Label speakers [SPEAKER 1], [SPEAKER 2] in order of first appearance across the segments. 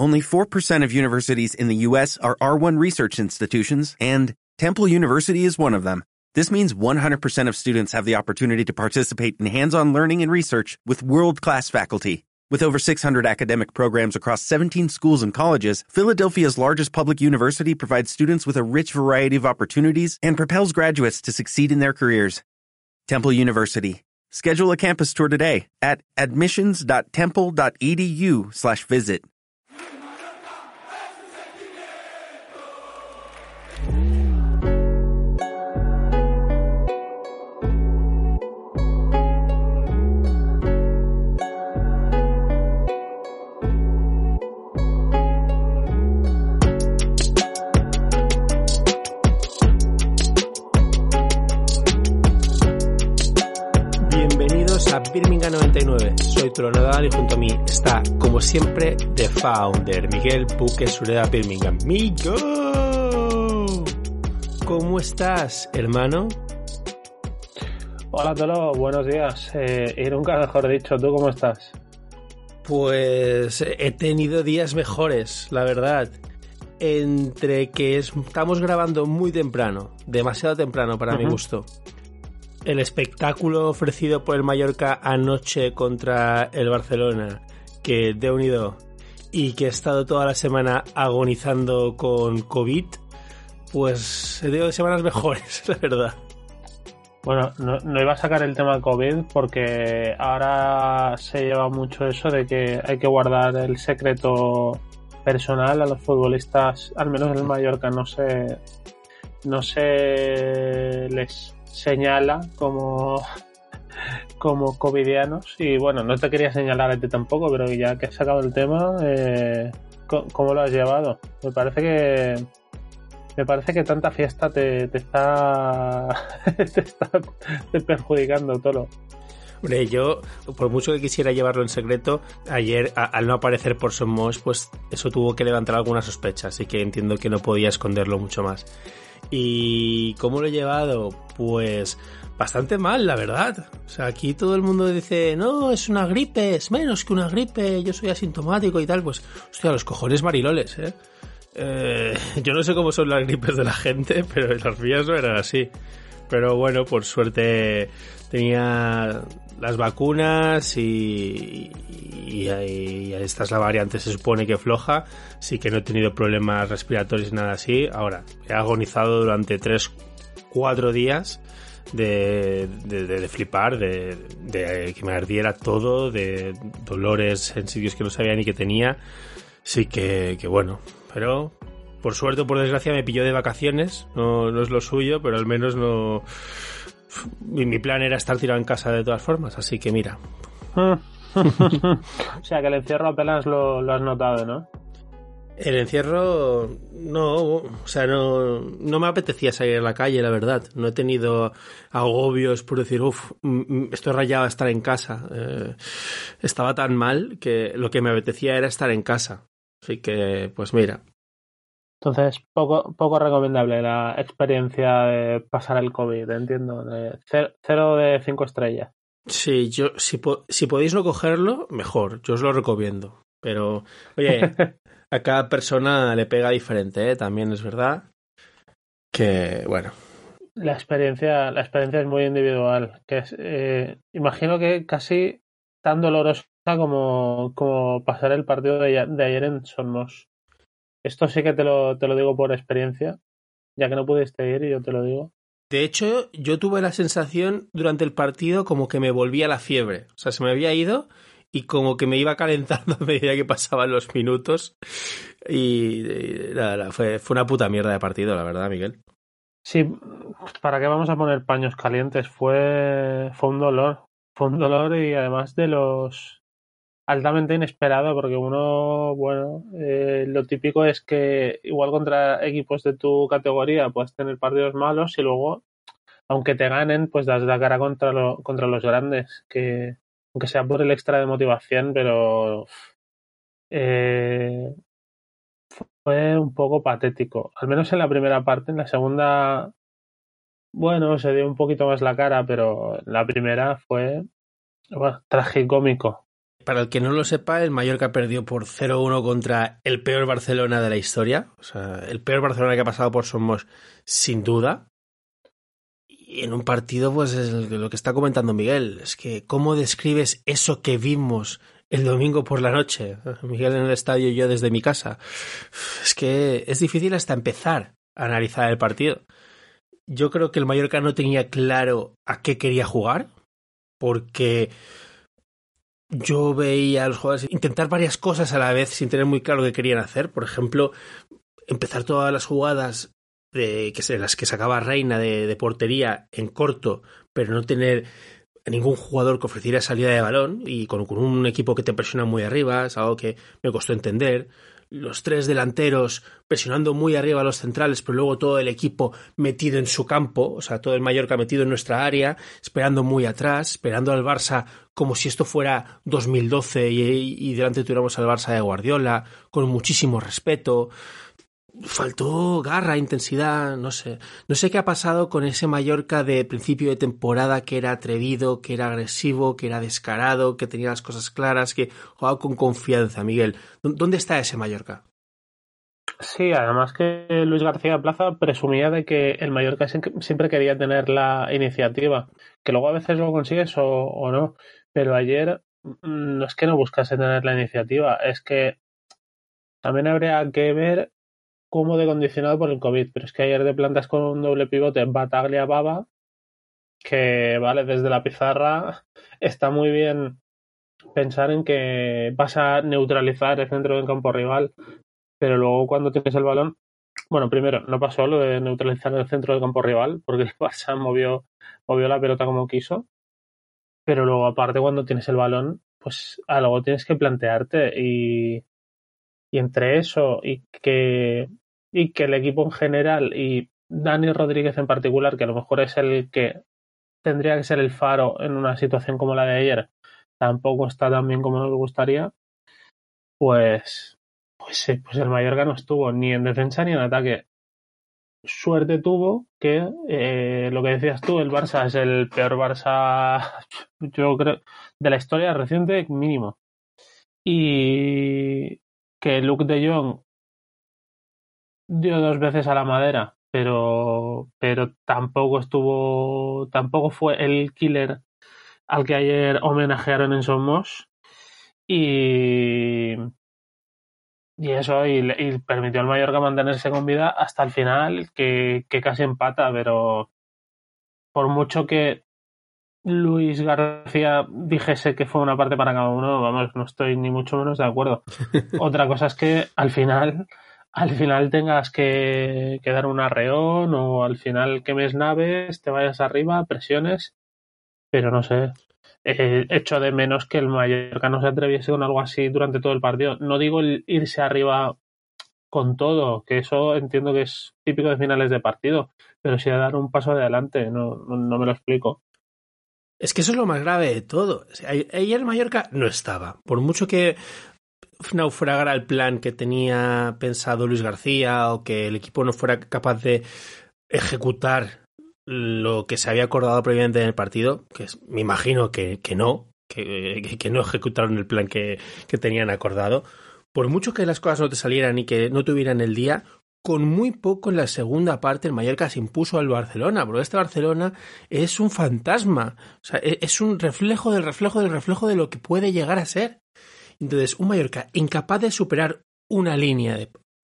[SPEAKER 1] Only 4% of universities in the U.S. are R1 research institutions, and Temple University is one of them. This means 100% of students have the opportunity to participate in hands-on learning and research with world-class faculty. With over 600 academic programs across 17 schools and colleges, Philadelphia's largest public university provides students with a rich variety of opportunities and propels graduates to succeed in their careers. Temple University. Schedule a campus tour today at admissions.temple.edu/visit.
[SPEAKER 2] A Birmingham 99, soy Toro Nadal y junto a mí está, como siempre, The Founder, Miguel Buque Sureda Birmingham. ¡Migo! ¿Cómo estás, hermano?
[SPEAKER 3] Hola, Tolo, buenos días. Y nunca mejor dicho, ¿tú cómo estás?
[SPEAKER 2] Pues he tenido días mejores, la verdad. Entre que estamos grabando muy temprano, demasiado temprano para mi gusto. El espectáculo ofrecido por el Mallorca anoche contra el Barcelona, que de unido, y que he estado toda la semana agonizando con COVID, pues he tenido semanas mejores, la verdad.
[SPEAKER 3] Bueno, no iba a sacar el tema COVID porque ahora se lleva mucho eso de que hay que guardar el secreto personal a los futbolistas, al menos en el Mallorca no se les señala como covidianos. Y bueno, no te quería señalar a ti tampoco, pero ya que has sacado el tema, ¿cómo lo has llevado? Me parece que tanta fiesta te está perjudicando, Tolo.
[SPEAKER 2] Hombre, yo, por mucho que quisiera llevarlo en secreto, ayer, al no aparecer por Somos, pues eso tuvo que levantar alguna sospecha, así que entiendo que no podía esconderlo mucho más. ¿Y cómo lo he llevado? Pues bastante mal, la verdad. O sea, aquí todo el mundo dice, no, es una gripe, es menos que una gripe, yo soy asintomático y tal. Pues, hostia, los cojones mariloles, yo no sé cómo son las gripes de la gente, pero las mías no eran así. Pero bueno, por suerte tenía las vacunas y esta es la variante, se supone que floja, sí que no he tenido problemas respiratorios ni nada así. Ahora, he agonizado durante 3-4 días de flipar, de que me ardiera todo, de dolores en sitios que no sabía ni que tenía. Sí que bueno, pero por suerte o por desgracia me pilló de vacaciones, no es lo suyo, pero al menos no. Mi plan era estar tirado en casa de todas formas, así que mira.
[SPEAKER 3] O sea, que el encierro apenas lo has notado, ¿no?
[SPEAKER 2] El encierro no, o sea, no me apetecía salir a la calle, la verdad. No he tenido agobios por decir, estoy rayado a estar en casa. Estaba tan mal que lo que me apetecía era estar en casa. Así que, pues mira.
[SPEAKER 3] Entonces, poco recomendable la experiencia de pasar el COVID, entiendo. 0 de 5 estrellas.
[SPEAKER 2] Sí, yo si podéis no cogerlo, mejor. Yo os lo recomiendo. Pero, oye, a cada persona le pega diferente, ¿eh? También es verdad que, bueno.
[SPEAKER 3] La experiencia es muy individual. Que es, imagino que casi tan dolorosa como pasar el partido de ayer en Somos. Esto sí que te lo digo por experiencia, ya que no pudiste ir y yo te lo digo.
[SPEAKER 2] De hecho, yo tuve la sensación durante el partido como que me volvía la fiebre. O sea, se me había ido y como que me iba calentando a medida que pasaban los minutos. Y nada, fue una puta mierda de partido, la verdad, Miguel.
[SPEAKER 3] Sí, ¿para qué vamos a poner paños calientes? Fue un dolor. Fue un dolor y además de los altamente inesperado, porque uno, bueno, lo típico es que igual contra equipos de tu categoría puedes tener partidos malos y luego, aunque te ganen, pues das la cara contra los grandes, que aunque sea por el extra de motivación, pero fue un poco patético, al menos en la primera parte. En la segunda, bueno, se dio un poquito más la cara, pero en la primera fue, bueno, tragicómico.
[SPEAKER 2] Para el que no lo sepa, el Mallorca perdió por 0-1 contra el peor Barcelona de la historia. O sea, el peor Barcelona que ha pasado por Somos, sin duda. Y en un partido, pues es lo que está comentando Miguel. Es que, ¿cómo describes eso que vimos el domingo por la noche? Miguel en el estadio y yo desde mi casa. Es que es difícil hasta empezar a analizar el partido. Yo creo que el Mallorca no tenía claro a qué quería jugar, porque yo veía a los jugadores intentar varias cosas a la vez sin tener muy claro qué querían hacer. Por ejemplo, empezar todas las jugadas en las que sacaba Reina de portería en corto, pero no tener ningún jugador que ofreciera salida de balón, y con un equipo que te presiona muy arriba, es algo que me costó entender. Los tres delanteros presionando muy arriba a los centrales, pero luego todo el equipo metido en su campo, o sea, todo el Mallorca metido en nuestra área, esperando muy atrás, esperando al Barça como si esto fuera 2012 y delante tuviéramos al Barça de Guardiola, con muchísimo respeto. Faltó garra, intensidad, no sé. No sé qué ha pasado con ese Mallorca de principio de temporada, que era atrevido, que era agresivo, que era descarado, que tenía las cosas claras, que jugaba con confianza. Miguel, ¿dónde está ese Mallorca?
[SPEAKER 3] Sí, además que Luis García Plaza presumía de que el Mallorca siempre quería tener la iniciativa, que luego a veces lo consigues o no, pero ayer no es que no buscase tener la iniciativa, es que también habría que ver cómo de condicionado por el COVID, pero es que ayer de plantas con un doble pivote Bataglia-Baba, que vale, desde la pizarra está muy bien pensar en que vas a neutralizar el centro del campo rival, pero luego cuando tienes el balón, bueno, primero, no pasó lo de neutralizar el centro del campo rival, porque el Barça movió la pelota como quiso, pero luego aparte cuando tienes el balón, pues algo tienes que plantearte, y entre eso y que el equipo en general y Dani Rodríguez en particular, que a lo mejor es el que tendría que ser el faro en una situación como la de ayer, tampoco está tan bien como nos gustaría, pues el Mallorca no estuvo ni en defensa ni en ataque. Suerte tuvo que, lo que decías tú, el Barça es el peor Barça, yo creo, de la historia reciente mínimo. Y que Luke de Jong dio 2 veces a la madera, pero tampoco fue el killer al que ayer homenajearon en Somos, y eso, y permitió al Mallorca mantenerse con vida hasta el final, que casi empata, pero por mucho que Luis García dijese que fue una parte para cada uno, vamos, no estoy ni mucho menos de acuerdo. Otra cosa es que al final tengas que dar un arreón, o al final quemes naves, te vayas arriba, presiones, pero no sé. Echo de menos que el Mallorca no se atreviese con algo así durante todo el partido. No digo el irse arriba con todo, que eso entiendo que es típico de finales de partido, pero sí a dar un paso adelante, no me lo explico.
[SPEAKER 2] Es que eso es lo más grave de todo. O sea, ayer el Mallorca no estaba. Por mucho que naufragara el plan que tenía pensado Luis García, o que el equipo no fuera capaz de ejecutar lo que se había acordado previamente en el partido, que me imagino que no ejecutaron el plan que tenían acordado. Por mucho que las cosas no te salieran y que no tuvieran el día, con muy poco en la segunda parte el Mallorca se impuso al Barcelona, porque este Barcelona es un fantasma, o sea, es un reflejo del reflejo de lo que puede llegar a ser. Entonces, un Mallorca incapaz de superar una línea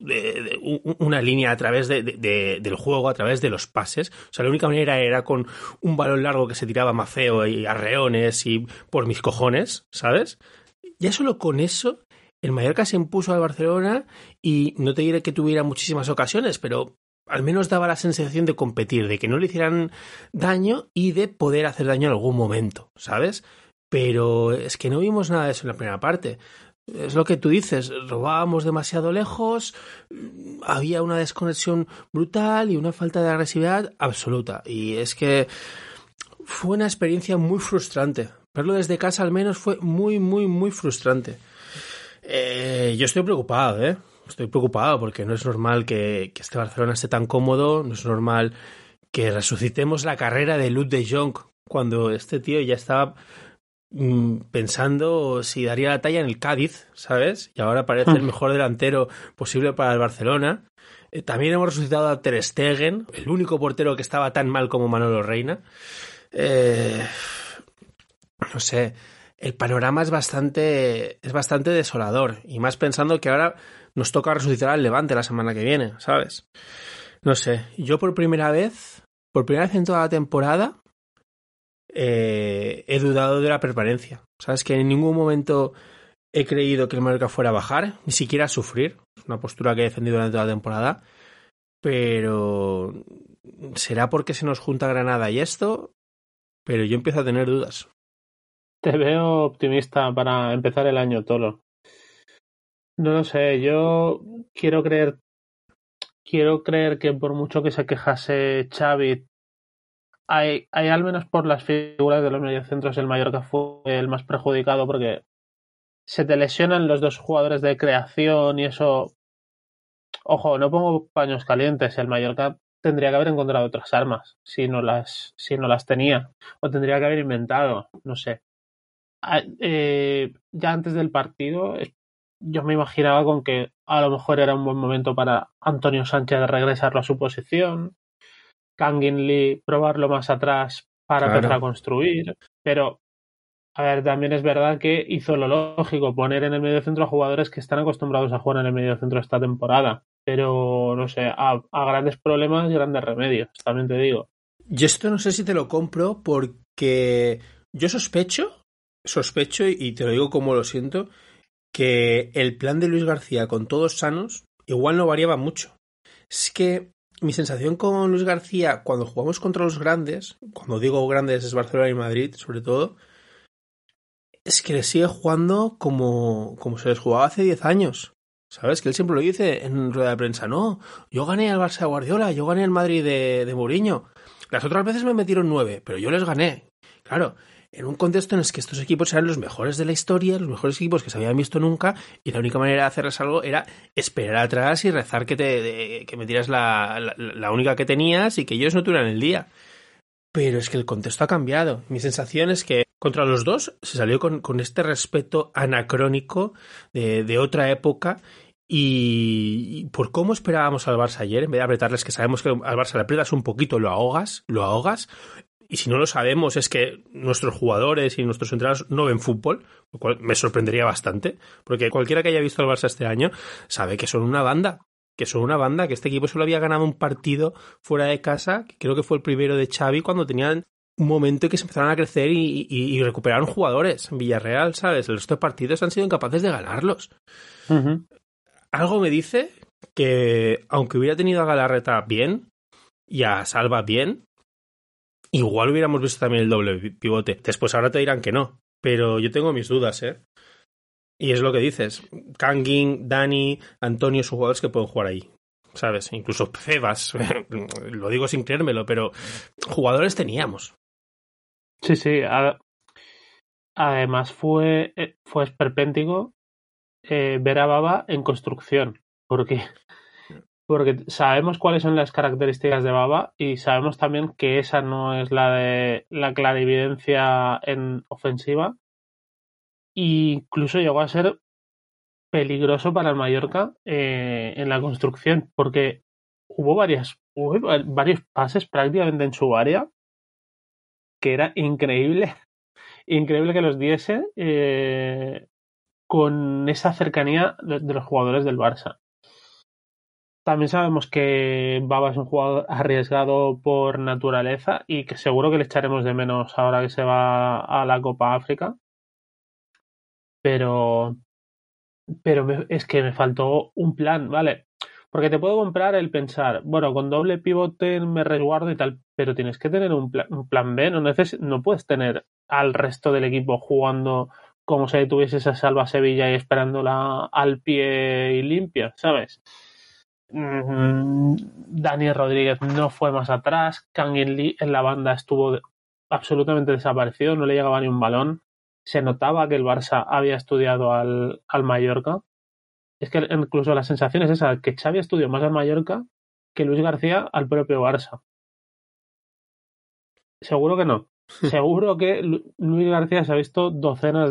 [SPEAKER 2] una línea a través del juego, a través de los pases. O sea, la única manera era con un balón largo que se tiraba Mafeo y arreones y por mis cojones, ¿sabes? Ya solo con eso el Mallorca se impuso al Barcelona, y no te diré que tuviera muchísimas ocasiones, pero al menos daba la sensación de competir, de que no le hicieran daño y de poder hacer daño en algún momento, ¿sabes? Pero es que no vimos nada de eso en la primera parte. Es lo que tú dices, robábamos demasiado lejos, había una desconexión brutal y una falta de agresividad absoluta. Y es que fue una experiencia muy frustrante. Verlo desde casa al menos fue muy, muy, muy frustrante. Yo estoy preocupado, Estoy preocupado porque no es normal que este Barcelona esté tan cómodo, no es normal que resucitemos la carrera de Luke de Jong cuando este tío ya estaba pensando si daría la talla en el Cádiz, ¿sabes? Y ahora parece el mejor delantero posible para el Barcelona. También hemos resucitado a Ter Stegen, el único portero que estaba tan mal como Manolo Reina. No sé, el panorama es bastante desolador. Y más pensando que ahora nos toca resucitar al Levante la semana que viene, ¿sabes? No sé, yo por primera vez en toda la temporada, he dudado de la permanencia. ¿Sabes? Que en ningún momento he creído que el Mallorca fuera a bajar, ni siquiera a sufrir. Es una postura que he defendido durante toda la temporada. Pero será porque se nos junta Granada y esto, pero yo empiezo a tener dudas.
[SPEAKER 3] Te veo optimista para empezar el año, Tolo. No lo sé, yo quiero creer que por mucho que se quejase Xavi, hay al menos por las figuras de los mediocentros, el Mallorca fue el más perjudicado porque se te lesionan los dos jugadores de creación y eso. Ojo, no pongo paños calientes. El Mallorca tendría que haber encontrado otras armas si no las tenía. O tendría que haber inventado, no sé. Ya antes del partido, yo me imaginaba con que a lo mejor era un buen momento para Antonio Sánchez de regresarlo a su posición. Kangin Lee probarlo más atrás para empezar a construir. Pero, a ver, también es verdad que hizo lo lógico, poner en el mediocentro a jugadores que están acostumbrados a jugar en el mediocentro esta temporada. Pero, no sé, a grandes problemas y grandes remedios, también te digo.
[SPEAKER 2] Yo esto no sé si te lo compro porque yo sospecho, y te lo digo como lo siento, que el plan de Luis García con todos sanos igual no variaba mucho. Es que mi sensación con Luis García cuando jugamos contra los grandes, cuando digo grandes es Barcelona y Madrid sobre todo, es que le sigue jugando como se les jugaba hace 10 años. ¿Sabes? Que él siempre lo dice en rueda de prensa. No, yo gané al Barça de Guardiola, yo gané al Madrid de Mourinho. Las otras veces me metieron 9, pero yo les gané. Claro, en un contexto en el que estos equipos eran los mejores de la historia, los mejores equipos que se habían visto nunca, y la única manera de hacerles algo era esperar atrás y rezar que metieras la única que tenías y que ellos no tuvieran el día. Pero es que el contexto ha cambiado. Mi sensación es que contra los dos se salió con este respeto anacrónico de otra época y por cómo esperábamos al Barça ayer, en vez de apretarles, que sabemos que al Barça le aprietas un poquito, lo ahogas, y si no lo sabemos es que nuestros jugadores y nuestros entrenadores no ven fútbol, lo cual me sorprendería bastante, porque cualquiera que haya visto al Barça este año sabe que son una banda. Que este equipo solo había ganado un partido fuera de casa, que creo que fue el primero de Xavi, cuando tenían un momento en que se empezaron a crecer y recuperaron jugadores en Villarreal, ¿sabes? El resto de partidos han sido incapaces de ganarlos.
[SPEAKER 3] Uh-huh.
[SPEAKER 2] Algo me dice que, aunque hubiera tenido a Galarreta bien y a Salva bien, igual hubiéramos visto también el doble pivote. Después ahora te dirán que no, pero yo tengo mis dudas, ¿eh? Y es lo que dices. Kangin, Dani, Antonio son jugadores que pueden jugar ahí, ¿sabes? Incluso Febas, lo digo sin creérmelo, pero jugadores teníamos.
[SPEAKER 3] Sí. Además fue esperpéntico ver a Baba en construcción, porque sabemos cuáles son las características de Baba y sabemos también que esa no es la de la clarividencia en ofensiva. E incluso llegó a ser peligroso para el Mallorca en la construcción, porque hubo varios pases prácticamente en su área que era increíble que los diese con esa cercanía de los jugadores del Barça. También sabemos que Baba es un jugador arriesgado por naturaleza y que seguro que le echaremos de menos ahora que se va a la Copa África. Pero es que me faltó un plan, ¿vale? Porque te puedo comprar el pensar, bueno, con doble pivote me resguardo y tal, pero tienes que tener un plan B, no puedes tener al resto del equipo jugando como si tuviese esa Salva Sevilla y esperándola al pie y limpia, ¿sabes? Dani Rodríguez no fue más atrás, Kangin Lee en la banda estuvo absolutamente desaparecido, no le llegaba ni un balón. Se notaba que el Barça había estudiado al Mallorca. Es que incluso la sensación es esa, que Xavi estudió más al Mallorca que Luis García al propio Barça. Seguro que no. Seguro que Luis García se ha visto docenas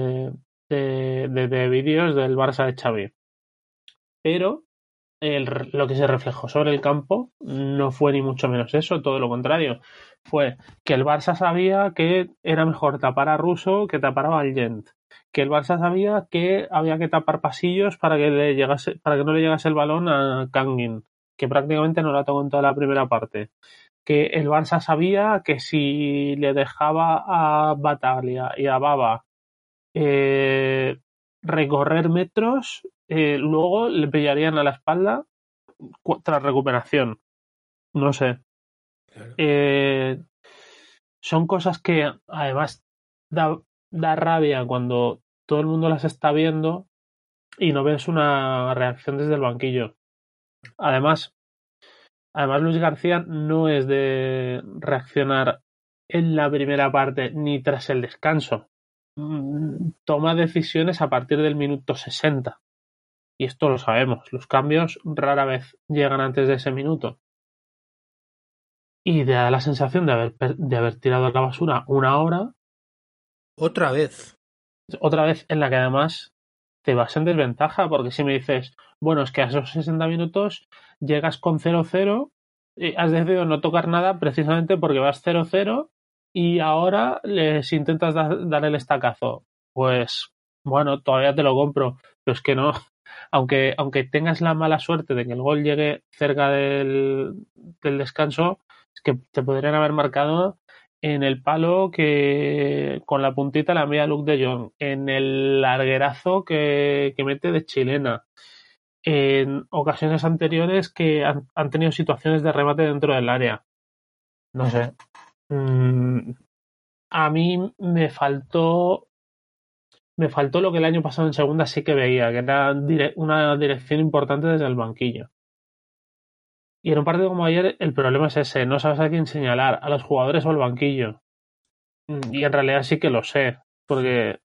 [SPEAKER 3] de vídeos del Barça de Xavi. Pero lo que se reflejó sobre el campo no fue ni mucho menos eso, todo lo contrario. Fue que el Barça sabía que era mejor tapar a Russo que tapar a Vallent. Que el Barça sabía que había que tapar pasillos para que no le llegase el balón a Kangin, que prácticamente no la tocó en toda la primera parte. Que el Barça sabía que si le dejaba a Bataglia y a Baba recorrer metros, luego le pillarían a la espalda tras recuperación. No sé.
[SPEAKER 2] Claro.
[SPEAKER 3] Son cosas que además da rabia cuando todo el mundo las está viendo y no ves una reacción desde el banquillo. Además Luis García no es de reaccionar en la primera parte ni tras el descanso. Toma decisiones a partir del minuto 60. Y esto lo sabemos. Los cambios rara vez llegan antes de ese minuto. Y da la sensación de haber tirado a la basura una hora.
[SPEAKER 2] Otra vez
[SPEAKER 3] En la que además te vas en desventaja, porque si me dices, bueno, es que a esos 60 minutos llegas con 0-0, has decidido no tocar nada precisamente porque vas 0-0 y ahora les intentas dar el estacazo. Pues bueno, todavía te lo compro, pero es que no. Aunque tengas la mala suerte de que el gol llegue cerca del descanso, es que te podrían haber marcado en el palo que con la puntita la envía Luke de Jong, en el larguerazo que mete de chilena, en ocasiones anteriores que han tenido situaciones de remate dentro del área. No sé. A mí me faltó lo que el año pasado en segunda sí que veía, que era una dirección importante desde el banquillo. Y en un partido como ayer el problema es ese, no sabes a quién señalar, a los jugadores o al banquillo. Y en realidad sí que lo sé, porque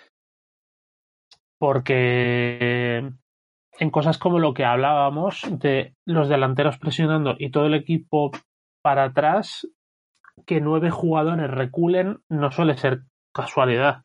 [SPEAKER 3] en cosas como lo que hablábamos de los delanteros presionando y todo el equipo para atrás, que 9 jugadores reculen no suele ser casualidad,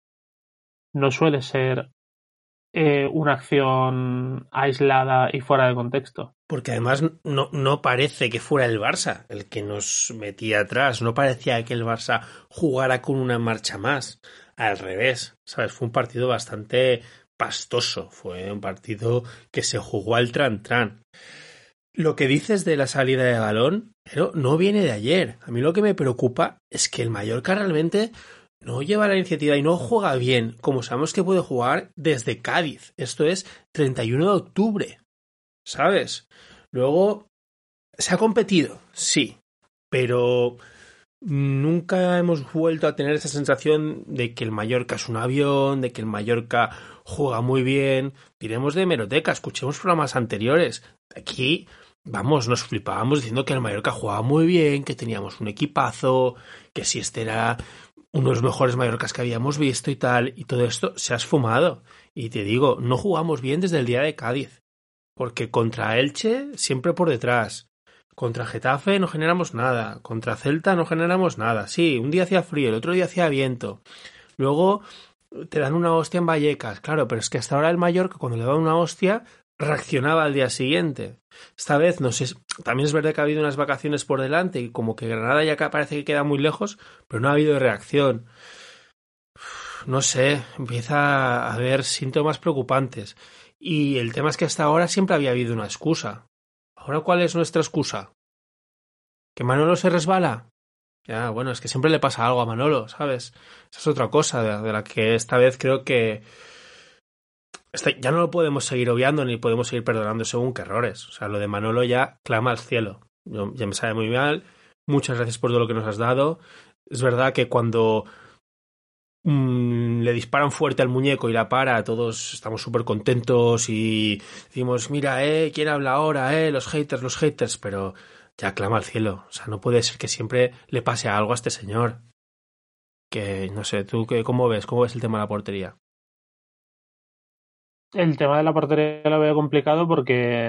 [SPEAKER 3] no suele ser una acción aislada y fuera de contexto.
[SPEAKER 2] porque además no parece que fuera el Barça el que nos metía atrás, no parecía que el Barça jugara con una marcha más, al revés, ¿sabes? Fue un partido bastante pastoso, fue un partido que se jugó al tran-tran. Lo que dices de la salida de balón, pero no viene de ayer. A mí lo que me preocupa es que el Mallorca realmente no lleva la iniciativa y no juega bien, como sabemos que puede jugar desde Cádiz. Esto es 31 de octubre, ¿sabes? Luego, se ha competido, sí, pero nunca hemos vuelto a tener esa sensación de que el Mallorca es un avión, de que el Mallorca juega muy bien. Tiremos de hemeroteca, escuchemos programas anteriores. Aquí, vamos, nos flipábamos diciendo que el Mallorca jugaba muy bien, que teníamos un equipazo, que si este era uno de los mejores Mallorcas que habíamos visto y tal, y todo esto se ha esfumado. Y te digo, no jugamos bien desde el día de Cádiz, porque contra Elche siempre por detrás. Contra Getafe no generamos nada. Contra Celta no generamos nada. Sí, un día hacía frío, el otro día hacía viento. Luego te dan una hostia en Vallecas. Claro, pero es que hasta ahora el Mallorca, cuando le da una hostia, reaccionaba al día siguiente. Esta vez, no sé, también es verdad que ha habido unas vacaciones por delante y como que Granada ya parece que queda muy lejos, pero no ha habido reacción. No sé, empieza a haber síntomas preocupantes. Y el tema es que hasta ahora siempre había habido una excusa. ¿Ahora cuál es nuestra excusa? ¿Que Manolo se resbala? Ya, bueno, es que siempre le pasa algo a Manolo, ¿sabes? Esa es otra cosa de la que esta vez creo que ya no lo podemos seguir obviando ni podemos seguir perdonando según qué errores. O sea, lo de Manolo ya clama al cielo. Ya me sabe muy mal. Muchas gracias por todo lo que nos has dado. Es verdad que cuando le disparan fuerte al muñeco y la para, todos estamos súper contentos y decimos, mira, ¿quién habla ahora? Los haters, pero ya clama al cielo. O sea, no puede ser que siempre le pase algo a este señor. Que, no sé, ¿tú cómo ves? ¿Cómo ves el tema de la portería?
[SPEAKER 3] El tema de la portería lo veo complicado porque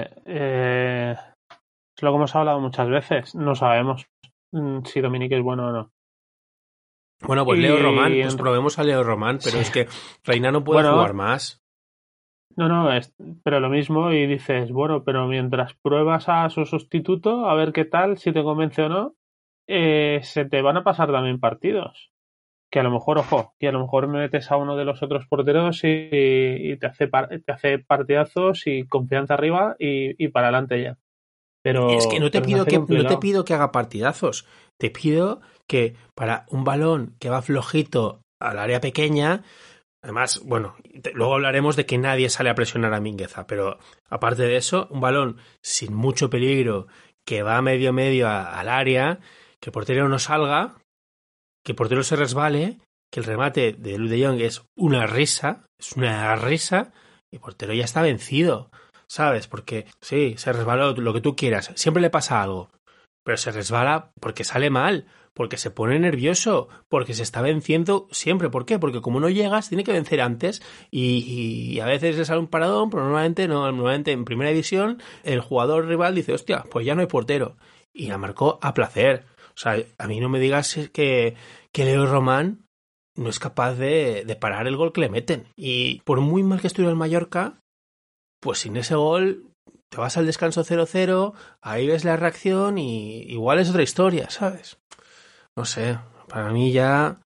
[SPEAKER 3] es lo que hemos hablado muchas veces. No sabemos si Dominic es bueno o no.
[SPEAKER 2] Bueno, pues Leo Román, pues probemos a Leo Román, pero es que Reina no puede jugar más.
[SPEAKER 3] No, pero lo mismo y dices, bueno, pero mientras pruebas a su sustituto, a ver qué tal, si te convence o no, se te van a pasar también partidos. Que a lo mejor, ojo, que a lo mejor metes a uno de los otros porteros y te hace partidazos y confianza arriba y para adelante ya. Pero
[SPEAKER 2] es que no te pido que haga partidazos, te pido que para un balón que va flojito al área pequeña, además, bueno, luego hablaremos de que nadie sale a presionar a Mingueza, pero aparte de eso, un balón sin mucho peligro que va medio al área, que el portero no salga, que el portero se resbale, que el remate de Luuk de Jong es una risa, y el portero ya está vencido, ¿sabes? Porque sí, se resbaló, lo que tú quieras, siempre le pasa algo, pero se resbala porque sale mal, porque se pone nervioso, porque se está venciendo siempre. ¿Por qué? Porque como no llegas, tiene que vencer antes y a veces le sale un paradón, pero normalmente no. Normalmente en primera división el jugador rival dice, hostia, pues ya no hay portero. Y la marcó a placer. O sea, a mí no me digas que Leo Román no es capaz de parar el gol que le meten. Y por muy mal que estuviera el Mallorca, pues sin ese gol te vas al descanso 0-0, ahí ves la reacción y igual es otra historia, ¿sabes? No sé, para mí ya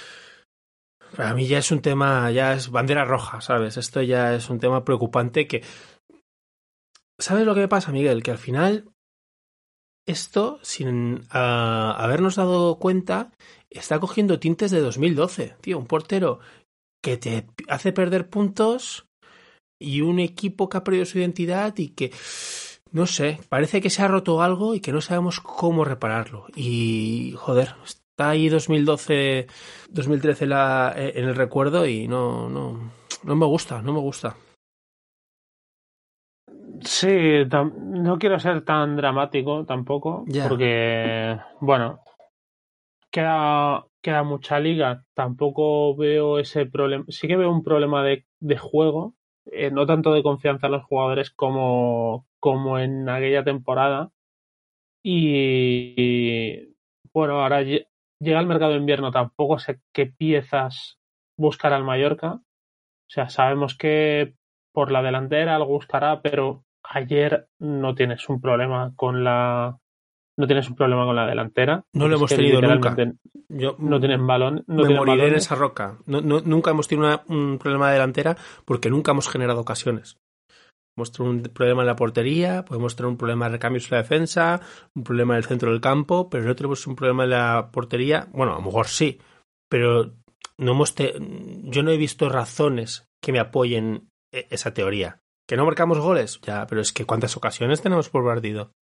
[SPEAKER 2] es un tema, ya es bandera roja, ¿sabes? Esto ya es un tema preocupante que... ¿Sabes lo que me pasa, Miguel? Que al final esto, sin habernos dado cuenta, está cogiendo tintes de 2012. Tío, un portero que te hace perder puntos y un equipo que ha perdido su identidad y que... No sé, parece que se ha roto algo y que no sabemos cómo repararlo. Y, joder, está ahí 2012, 2013 en el recuerdo y no me gusta.
[SPEAKER 3] Sí, no quiero ser tan dramático tampoco, porque, bueno, queda mucha liga. Tampoco veo ese problema. Sí que veo un problema de juego, no tanto de confianza en los jugadores como en aquella temporada. Y bueno, ahora llega el mercado de invierno, tampoco sé qué piezas buscar al Mallorca. O sea, sabemos que por la delantera algo buscará, pero ayer no tienes un problema con la delantera.
[SPEAKER 2] No lo hemos tenido nunca.
[SPEAKER 3] No tienen balón.
[SPEAKER 2] Me moriré en esa roca. Nunca hemos tenido un problema de delantera porque nunca hemos generado ocasiones. Hemos tenido un problema en la portería, podemos tener un problema de recambios en la defensa, un problema en el centro del campo, pero no tenemos un problema en la portería. Bueno, a lo mejor sí, pero yo no he visto razones que me apoyen esa teoría. ¿Que no marcamos goles? Ya, pero es que ¿cuántas ocasiones tenemos por partido?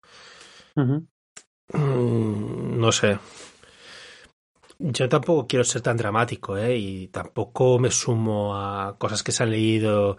[SPEAKER 2] No sé. Yo tampoco quiero ser tan dramático, y tampoco me sumo a cosas que se han leído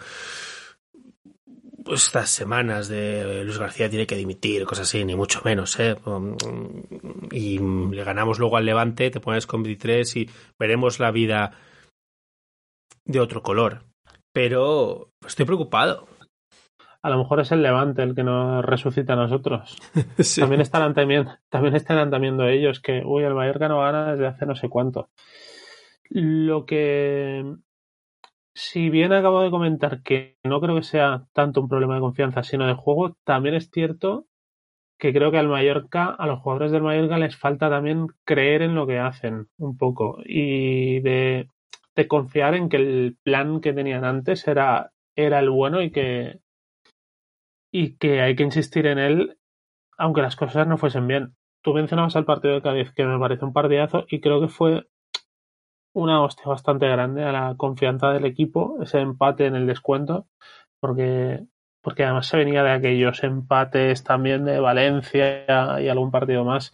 [SPEAKER 2] estas semanas de Luis García tiene que dimitir, cosas así, ni mucho menos, y le ganamos luego al Levante, te pones con 23 y veremos la vida de otro color. Pero estoy preocupado.
[SPEAKER 3] A lo mejor es el Levante el que nos resucita a nosotros. Sí. También estarán temiendo ellos que, el Mallorca no gana desde hace no sé cuánto. Lo que, si bien acabo de comentar que no creo que sea tanto un problema de confianza, sino de juego, también es cierto que creo que a los jugadores del Mallorca les falta también creer en lo que hacen un poco y de confiar en que el plan que tenían antes era el bueno y que hay que insistir en él aunque las cosas no fuesen bien. Tú mencionabas al partido de Cádiz, que me parece un partidazo y creo que fue una hostia bastante grande a la confianza del equipo, ese empate en el descuento, porque además se venía de aquellos empates también de Valencia y algún partido más.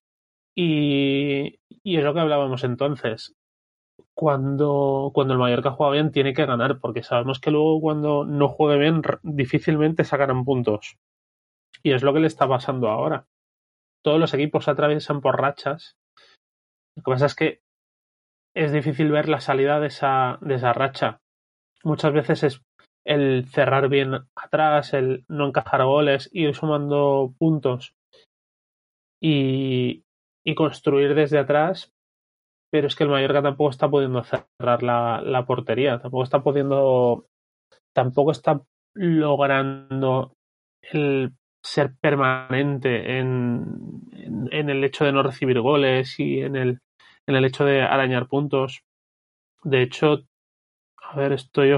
[SPEAKER 3] Y es lo que hablábamos entonces. Cuando el Mallorca juega bien tiene que ganar, porque sabemos que luego cuando no juegue bien difícilmente sacarán puntos. Y es lo que le está pasando ahora. Todos los equipos atraviesan por rachas. Lo que pasa es que es difícil ver la salida de esa racha. Muchas veces es el cerrar bien atrás, el no encajar goles, ir sumando puntos y construir desde atrás, pero es que el Mallorca tampoco está pudiendo cerrar la portería, tampoco está logrando el ser permanente en el hecho de no recibir goles y en el hecho de arañar puntos. De hecho, a ver,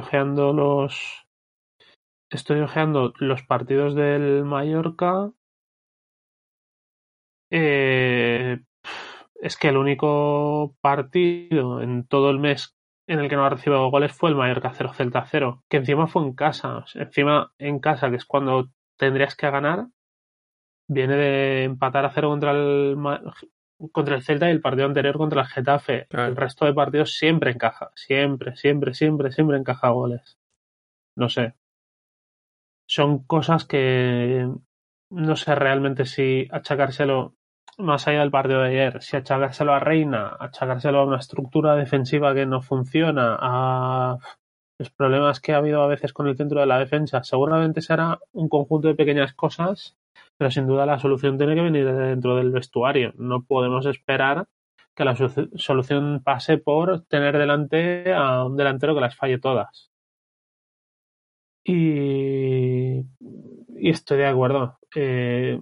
[SPEAKER 3] estoy ojeando los partidos del Mallorca. Es que el único partido en todo el mes en el que no ha recibido goles fue el Mallorca 0 Celta 0, que encima fue en casa. O sea, encima en casa, que es cuando tendrías que ganar, viene de empatar a 0 contra el Celta y el partido anterior contra el Getafe.
[SPEAKER 2] Claro.
[SPEAKER 3] El resto de partidos siempre encaja. Siempre encaja goles. No sé. Son cosas que no sé realmente si achacárselo, más allá del partido de ayer, si achacárselo a Reina, achacárselo a una estructura defensiva que no funciona, a los problemas que ha habido a veces con el centro de la defensa. Seguramente será un conjunto de pequeñas cosas, pero sin duda la solución tiene que venir de dentro del vestuario. No podemos esperar que la solución pase por tener delante a un delantero que las falle todas. Y estoy de acuerdo. En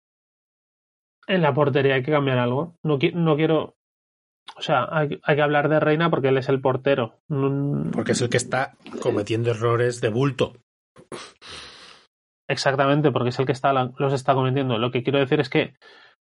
[SPEAKER 3] la portería hay que cambiar algo. No quiero. O sea, hay que hablar de Reina porque él es el portero.
[SPEAKER 2] Porque es el que está cometiendo errores de bulto.
[SPEAKER 3] Exactamente, porque es el que los está cometiendo. Lo que quiero decir es que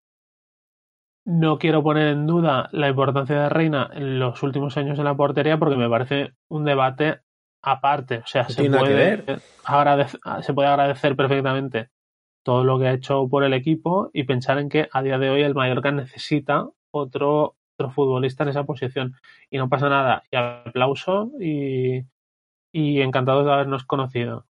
[SPEAKER 3] no quiero poner en duda la importancia de Reina en los últimos años en la portería porque me parece un debate aparte. O sea,
[SPEAKER 2] No tiene nada que ver.
[SPEAKER 3] se puede agradecer perfectamente todo lo que ha hecho por el equipo y pensar en que a día de hoy el Mallorca necesita otro futbolista en esa posición. Y no pasa nada. Y aplauso y encantados de habernos conocido.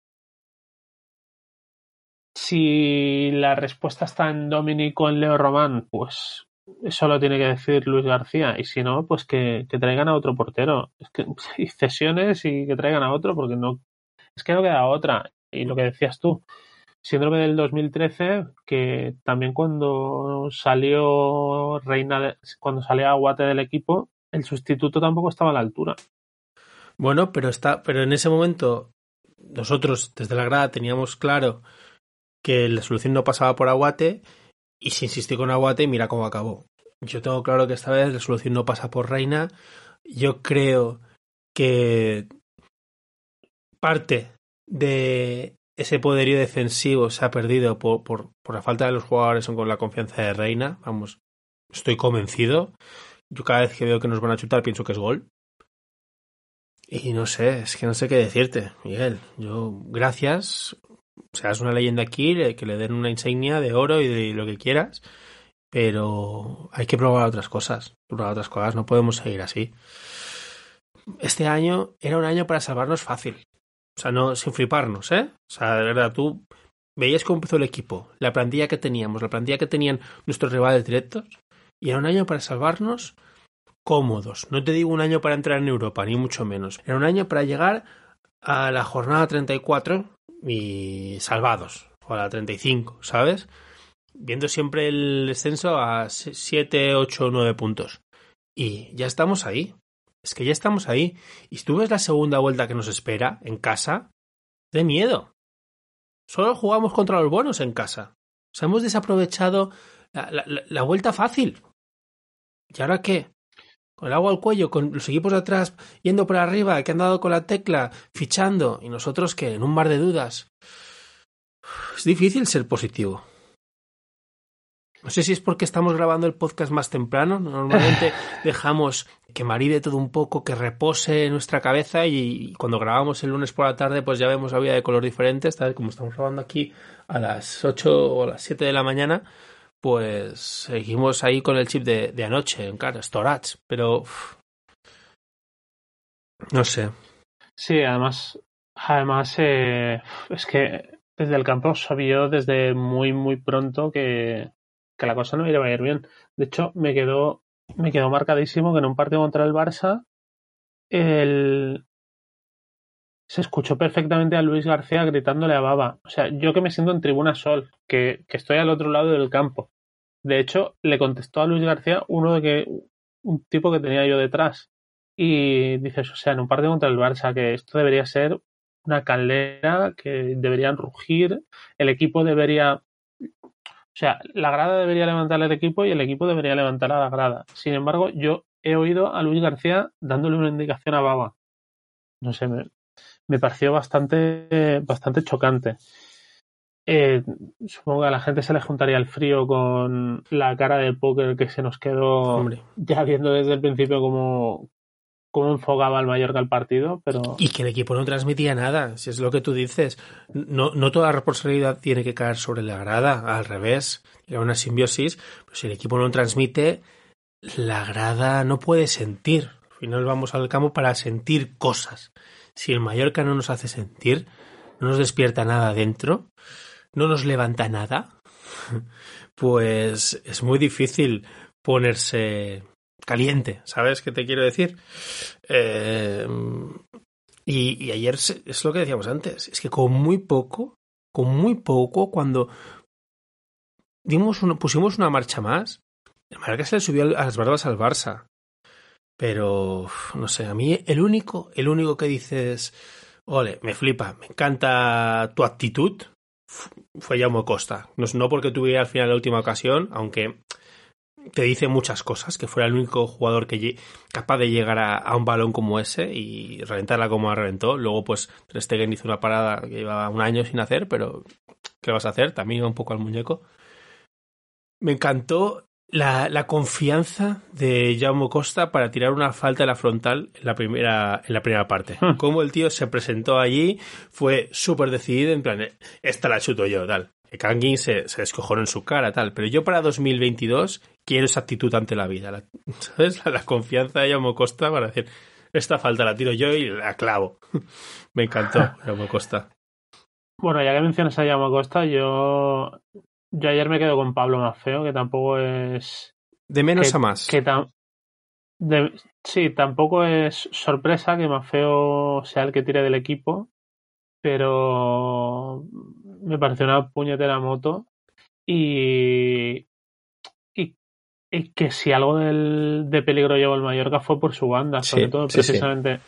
[SPEAKER 3] Si la respuesta está en Dominic o en Leo Román, pues eso lo tiene que decir Luis García. Y si no, pues que traigan a otro portero. Y cesiones y que traigan a otro, porque no. Es que no queda otra. Y lo que decías tú, síndrome del 2013, que también cuando salió cuando salió Aguate del equipo, el sustituto tampoco estaba a la altura.
[SPEAKER 2] Bueno, pero en ese momento nosotros desde la grada teníamos claro que la solución no pasaba por Aguate y se insistió con Aguate y mira cómo acabó. Yo tengo claro que esta vez la solución no pasa por Reina. Yo creo que parte de ese poderío defensivo se ha perdido por la falta de los jugadores o con la confianza de Reina. Vamos, estoy convencido. Yo cada vez que veo que nos van a chutar pienso que es gol. Y no sé, es que no sé qué decirte, Miguel. Yo, gracias. Seas una leyenda aquí, que le den una insignia de oro y de lo que quieras. Pero hay que probar otras cosas. No podemos seguir así. Este año era un año para salvarnos fácil. O sea, no sin fliparnos, ¿eh? O sea, de verdad, tú veías cómo empezó el equipo, la plantilla que teníamos, la plantilla que tenían nuestros rivales directos, y era un año para salvarnos cómodos. No te digo un año para entrar en Europa, ni mucho menos. Era un año para llegar a la jornada 34 y salvados, o a la 35, ¿sabes? Viendo siempre el descenso a 7, 8, 9 puntos. Y ya estamos ahí. Es que ya estamos ahí. Y si tú ves la segunda vuelta que nos espera en casa, de miedo. Solo jugamos contra los buenos en casa. O sea, hemos desaprovechado la vuelta fácil. ¿Y ahora qué? Con el agua al cuello, con los equipos de atrás yendo por arriba, que han dado con la tecla, fichando, y nosotros que en un mar de dudas. Es difícil ser positivo. No sé si es porque estamos grabando el podcast más temprano. Normalmente dejamos que maride todo un poco, que repose en nuestra cabeza y cuando grabamos el lunes por la tarde pues ya vemos la vida de color diferente. Tal como estamos grabando aquí a las 8 o las 7 de la mañana, pues seguimos ahí con el chip de anoche, en cara, storage, pero no sé.
[SPEAKER 3] Sí, además es que desde el campo sabía desde muy muy pronto que la cosa no iba a ir bien. De hecho, me quedó marcadísimo que en un partido contra el Barça se escuchó perfectamente a Luis García gritándole a Baba. O sea, yo que me siento en tribuna Sol, que estoy al otro lado del campo. De hecho, le contestó a Luis García un tipo que tenía yo detrás. Y dices, o sea, en un partido contra el Barça, que esto debería ser una caldera, que deberían rugir, el equipo debería... O sea, la grada debería levantar al equipo y el equipo debería levantar a la grada. Sin embargo, yo he oído a Luis García dándole una indicación a Baba. No sé, me pareció bastante chocante. Supongo que a la gente se le juntaría el frío con la cara de póker que se nos quedó.
[SPEAKER 2] Hombre.
[SPEAKER 3] Ya viendo desde el principio cómo enfocaba el Mallorca el partido, pero...
[SPEAKER 2] Y que el equipo no transmitía nada, si es lo que tú dices. No toda la responsabilidad tiene que caer sobre la grada, al revés. Era una simbiosis, pero si el equipo no transmite, la grada no puede sentir. Al final vamos al campo para sentir cosas. Si el Mallorca no nos hace sentir, no nos despierta nada dentro, no nos levanta nada, pues es muy difícil ponerse caliente, ¿sabes qué te quiero decir? Y ayer es lo que decíamos antes, es que con muy poco, cuando pusimos una marcha más, el Mallorca se le subió a las barbas al Barça. Pero, no sé, a mí el único que dices, ole, me flipa, me encanta tu actitud, fue Jaume Costa. No porque tuviera al final la última ocasión, aunque te dice muchas cosas, que fuera el único jugador capaz de llegar a un balón como ese y reventarla como la reventó. Luego, pues, Ter Stegen hizo una parada que llevaba un año sin hacer, pero ¿qué vas a hacer? También iba un poco al muñeco. Me encantó la confianza de Jaume Costa para tirar una falta en la frontal en la primera parte. Como el tío se presentó allí, fue súper decidido, en plan, esta la chuto yo, tal. Que Kangin se descojonó en su cara, tal. Pero yo para 2022 quiero esa actitud ante la vida. ¿Sabes? La confianza de Jaume Costa para decir, esta falta la tiro yo y la clavo. Me encantó Jaume Costa.
[SPEAKER 3] Bueno, ya que mencionas a Jaume Costa, yo ayer me quedo con Pablo Maffeo, que tampoco es...
[SPEAKER 2] De menos a más.
[SPEAKER 3] Sí, tampoco es sorpresa que Maffeo sea el que tire del equipo, pero me pareció una puñetera moto y que si algo de peligro llevó el Mallorca fue por su banda, sobre todo precisamente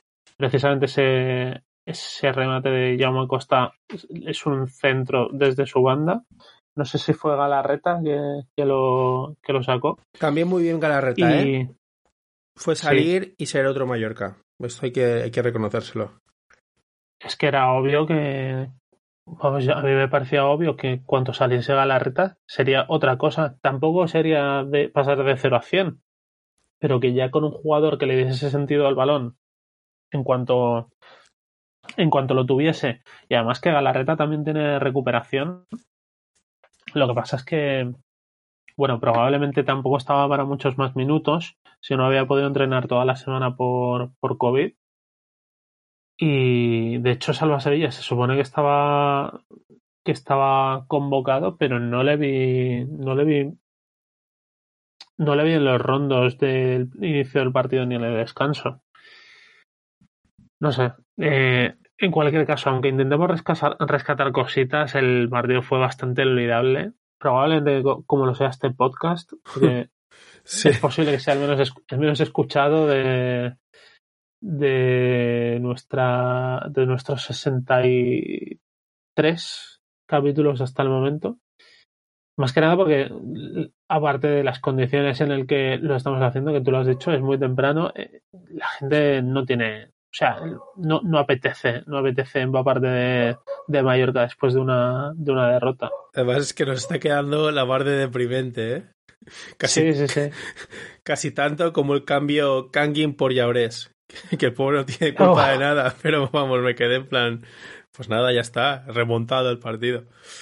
[SPEAKER 3] ese remate de Jaume Costa es un centro desde su banda. No sé si fue Galarreta que lo sacó.
[SPEAKER 2] También muy bien Galarreta, Fue salir y ser otro Mallorca. Esto hay que reconocérselo.
[SPEAKER 3] Es que era obvio que... Vamos, a mí me parecía obvio que cuando saliese Galarreta sería otra cosa. Tampoco sería de pasar de 0 a 100. Pero que ya con un jugador que le diese ese sentido al balón en cuanto lo tuviese. Y además que Galarreta también tiene recuperación. Lo que pasa es que, bueno, probablemente tampoco estaba para muchos más minutos si no había podido entrenar toda la semana por COVID. Y de hecho Salva Sevilla se supone que estaba convocado, pero no le vi en los rondos del inicio del partido ni en el descanso. No sé. En cualquier caso, aunque intentemos rescatar cositas, el partido fue bastante olvidable. Probablemente como lo sea este podcast, porque sí. Es posible que sea el menos escuchado de nuestros 63 capítulos hasta el momento. Más que nada porque, aparte de las condiciones en las que lo estamos haciendo, que tú lo has dicho, es muy temprano, la gente no tiene... O sea, no apetece empapar de Mallorca después de una derrota.
[SPEAKER 2] Además es que nos está quedando la mar de deprimente, ¿eh?
[SPEAKER 3] Sí.
[SPEAKER 2] Casi tanto como el cambio Kangin por Llaurés. Que el pobre no tiene culpa de nada, pero vamos, me quedé en plan... Pues nada, ya está, remontado el partido.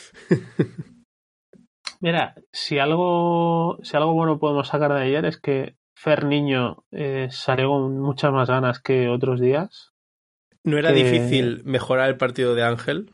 [SPEAKER 3] Mira, si algo bueno podemos sacar de ayer es que Fer Niño salió con muchas más ganas que otros días.
[SPEAKER 2] ¿No era difícil mejorar el partido de Ángel?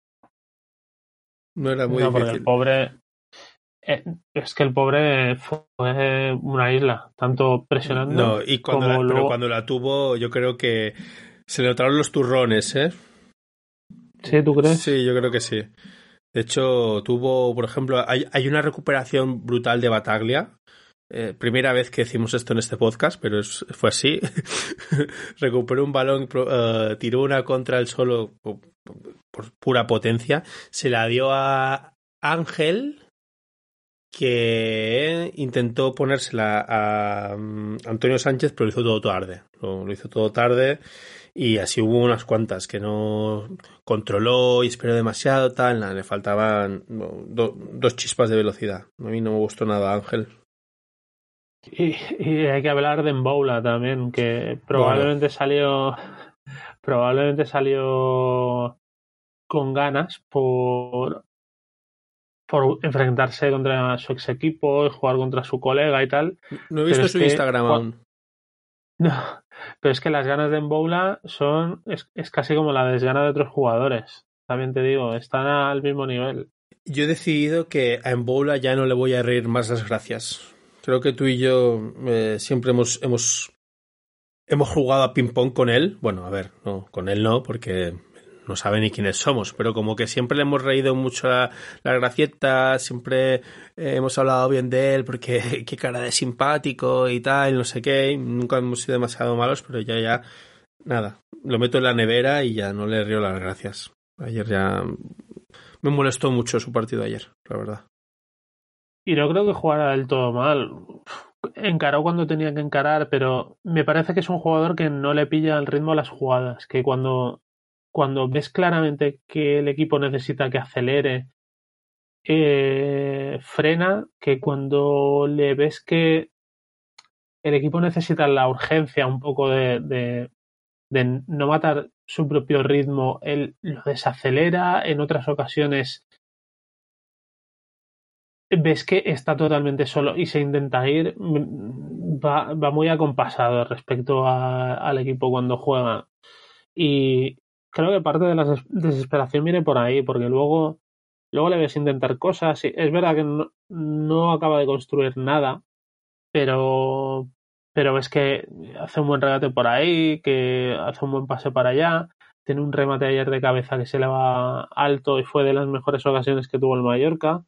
[SPEAKER 2] No era muy difícil.
[SPEAKER 3] Porque el pobre... es que el pobre fue una isla, tanto presionando.
[SPEAKER 2] No, y pero cuando la tuvo, yo creo que se le notaron los turrones, ¿eh?
[SPEAKER 3] ¿Sí, tú crees?
[SPEAKER 2] Sí, yo creo que sí. De hecho, tuvo, por ejemplo, hay una recuperación brutal de Bataglia, primera vez que decimos esto en este podcast, pero fue así. Recuperó un balón, tiró una contra el solo por pura potencia. Se la dio a Ángel, que intentó ponérsela a Antonio Sánchez, pero lo hizo todo tarde. Lo hizo todo tarde y así hubo unas cuantas que no controló y esperó demasiado, tal. Nada, le faltaban dos chispas de velocidad. A mí no me gustó nada Ángel.
[SPEAKER 3] Y hay que hablar de Mboula también, que probablemente salió con ganas por enfrentarse contra su ex equipo, jugar contra su colega y tal.
[SPEAKER 2] No he visto su Instagram aún.
[SPEAKER 3] No, pero es que las ganas de Mboula es casi como la desgana de otros jugadores. También te digo, están al mismo nivel.
[SPEAKER 2] Yo he decidido que a Mboula ya no le voy a reír más las gracias. Creo que tú y yo siempre hemos jugado a ping-pong con él. Bueno, a ver, no, con él no, porque no sabe ni quiénes somos, pero como que siempre le hemos reído mucho la gracieta, siempre hemos hablado bien de él, porque qué cara de simpático y tal, no sé qué. Nunca hemos sido demasiado malos, pero ya, nada. Lo meto en la nevera y ya no le río las gracias. Ayer ya me molestó mucho su partido ayer, la verdad.
[SPEAKER 3] Y no creo que jugara del todo mal. Encaró cuando tenía que encarar, pero me parece que es un jugador que no le pilla el ritmo a las jugadas, que cuando ves claramente que el equipo necesita que acelere, frena, que cuando le ves que el equipo necesita la urgencia un poco de no matar su propio ritmo, él lo desacelera, en otras ocasiones ves que está totalmente solo y se intenta ir, va muy acompasado respecto al equipo cuando juega. Y creo que parte de la desesperación viene por ahí, porque luego le ves intentar cosas. Y es verdad que no acaba de construir nada, pero ves que hace un buen regate por ahí, que hace un buen pase para allá. Tiene un remate ayer de cabeza que se le va alto y fue de las mejores ocasiones que tuvo el Mallorca.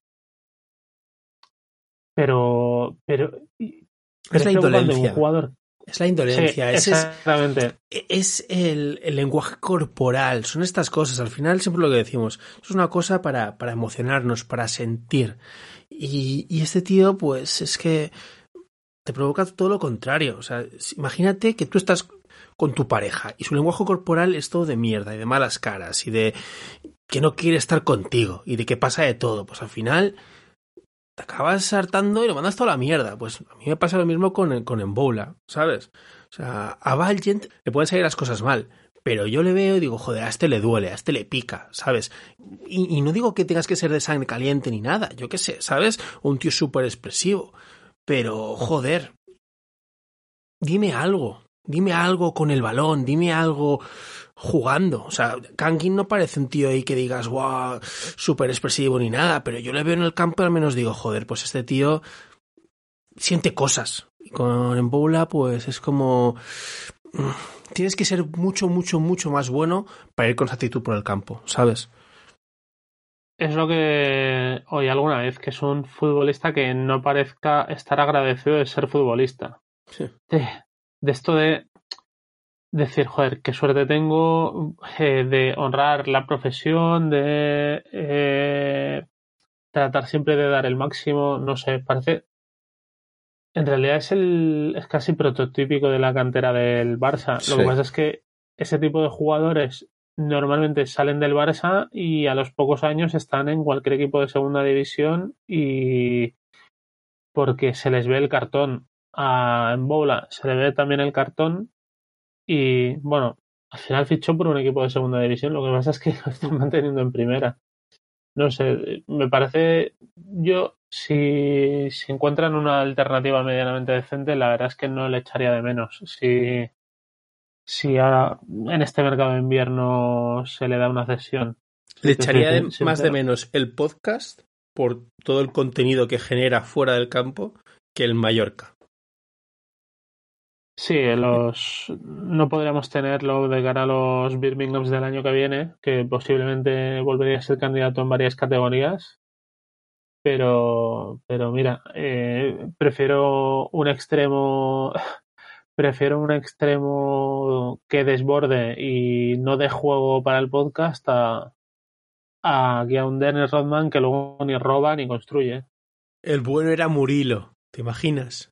[SPEAKER 3] Pero
[SPEAKER 2] es la indolencia.
[SPEAKER 3] Un jugador.
[SPEAKER 2] Es la indolencia.
[SPEAKER 3] Sí, exactamente.
[SPEAKER 2] Es el lenguaje corporal. Son estas cosas. Al final, siempre lo que decimos. Es una cosa para emocionarnos, para sentir. Y este tío, pues, es que te provoca todo lo contrario. O sea, imagínate que tú estás con tu pareja y su lenguaje corporal es todo de mierda y de malas caras y de que no quiere estar contigo y de que pasa de todo. Pues al final te acabas hartando y lo mandas toda la mierda. Pues a mí me pasa lo mismo con Mboula, ¿sabes? O sea, a Valiant le pueden salir las cosas mal, pero yo le veo y digo, joder, a este le duele, a este le pica, ¿sabes? Y no digo que tengas que ser de sangre caliente ni nada, yo qué sé, ¿sabes? Un tío súper expresivo, pero joder, dime algo con el balón, dime algo jugando. O sea, Kangin no parece un tío ahí que digas, wow, súper expresivo ni nada, pero yo le veo en el campo y al menos digo, joder, pues este tío siente cosas. Y con Mboula, pues es como tienes que ser mucho, mucho, mucho más bueno para ir con esa actitud por el campo, ¿sabes?
[SPEAKER 3] Es lo que oí alguna vez, que es un futbolista que no parezca estar agradecido de ser futbolista.
[SPEAKER 2] Sí.
[SPEAKER 3] De esto de decir, joder, qué suerte tengo de honrar la profesión, de tratar siempre de dar el máximo, no sé, parece... En realidad es casi prototípico de la cantera del Barça.
[SPEAKER 2] Sí.
[SPEAKER 3] Lo que pasa es que ese tipo de jugadores normalmente salen del Barça y a los pocos años están en cualquier equipo de segunda división y porque se les ve el cartón. A Mboula se le ve también el cartón y bueno, al final fichó por un equipo de segunda división. Lo que pasa es que lo están manteniendo en primera. No sé, me parece, yo si encuentran una alternativa medianamente decente, la verdad es que no le echaría de menos. Si ahora en este mercado de invierno se le da una cesión.
[SPEAKER 2] Le echaría más de menos el podcast por todo el contenido que genera fuera del campo que el Mallorca.
[SPEAKER 3] Sí, no podríamos tenerlo de cara a los Birminghams del año que viene, que posiblemente volvería a ser candidato en varias categorías. pero mira, prefiero un extremo que desborde y no dé juego para el podcast a aquí a un Dennis Rodman que luego ni roba ni construye.
[SPEAKER 2] El bueno era Murilo, ¿te imaginas?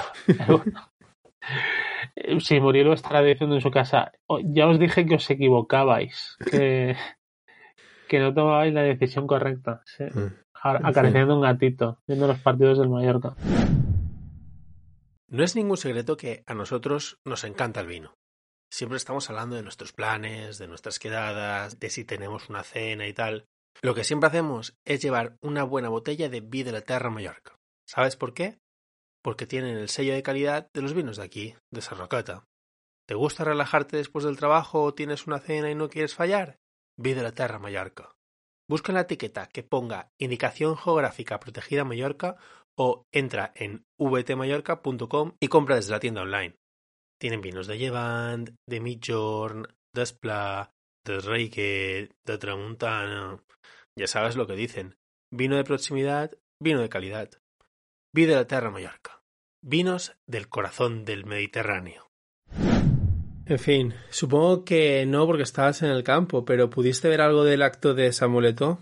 [SPEAKER 3] Si Murilo estará diciendo en su casa, ya os dije que os equivocabais, que no tomabais la decisión correcta. Sí. Acariciando un gatito, viendo los partidos del Mallorca.
[SPEAKER 2] No es ningún secreto que a nosotros nos encanta el vino. Siempre estamos hablando de nuestros planes, de nuestras quedadas, de si tenemos una cena y tal. Lo que siempre hacemos es llevar una buena botella de Vi de la Terra Mallorca. ¿Sabes por qué? Porque tienen el sello de calidad de los vinos de aquí, de Sarrocata. ¿Te gusta relajarte después del trabajo o tienes una cena y no quieres fallar? Vi de la Terra Mallorca. Busca en la etiqueta que ponga Indicación Geográfica Protegida Mallorca o entra en vtmallorca.com y compra desde la tienda online. Tienen vinos de Llevant, de Migjorn, de Esplà, de Reyque, de Tramuntana. Ya sabes lo que dicen. Vino de proximidad, vino de calidad. Vi de la Terra Mallorca. Vinos del corazón del Mediterráneo. En fin, supongo que no porque estabas en el campo, pero ¿pudiste ver algo del acto de Samuel Eto'o?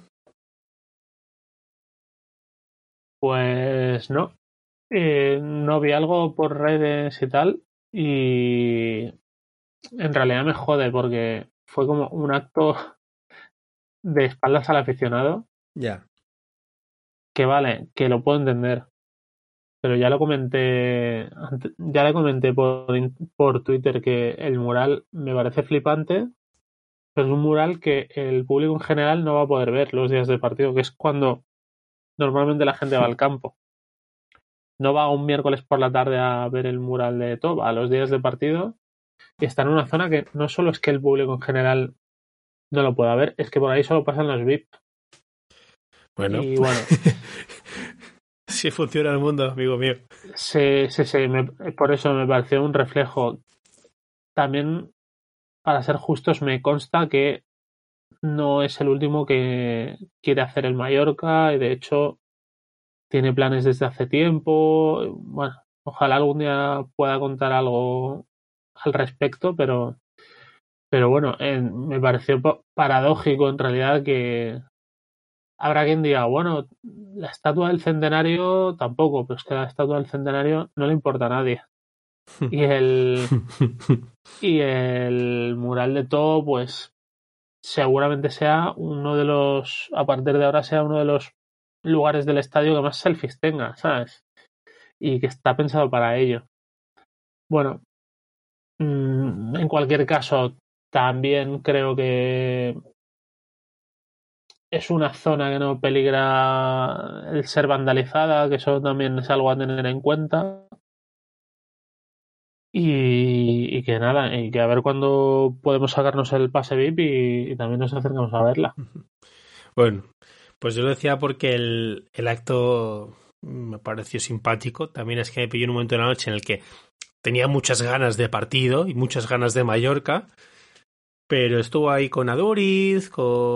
[SPEAKER 3] Pues no. No vi algo por redes y tal. Y en realidad me jode porque fue como un acto de espaldas al aficionado.
[SPEAKER 2] Ya.
[SPEAKER 3] Que vale, que lo puedo entender. Pero ya le comenté por Twitter que el mural me parece flipante, pero es un mural que el público en general no va a poder ver los días de partido, que es cuando normalmente la gente va al campo. No va un miércoles por la tarde a ver el mural de Eto'o, va a los días de partido y está en una zona que no solo es que el público en general no lo pueda ver, es que por ahí solo pasan los VIP.
[SPEAKER 2] Bueno.
[SPEAKER 3] Y bueno.
[SPEAKER 2] Sí funciona el mundo, amigo mío.
[SPEAKER 3] Sí. Por eso me pareció un reflejo. También, para ser justos, me consta que no es el último que quiere hacer el Mallorca y de hecho tiene planes desde hace tiempo. Bueno, ojalá algún día pueda contar algo al respecto, pero bueno, me pareció paradójico en realidad que habrá quien diga, bueno, la estatua del centenario tampoco, pero es que la estatua del centenario no le importa a nadie. Y el mural de Eto'o, pues seguramente sea uno de los, a partir de ahora sea uno de los lugares del estadio que más selfies tenga, ¿sabes? Y que está pensado para ello. Bueno, en cualquier caso, también creo que es una zona que no peligra el ser vandalizada, que eso también es algo a tener en cuenta. Y que nada, y que a ver cuándo podemos sacarnos el pase VIP y también nos acercamos a verla.
[SPEAKER 2] Bueno, pues yo lo decía porque el acto me pareció simpático. También es que me pilló en un momento de la noche en el que tenía muchas ganas de partido y muchas ganas de Mallorca. Pero estuvo ahí con Aduriz,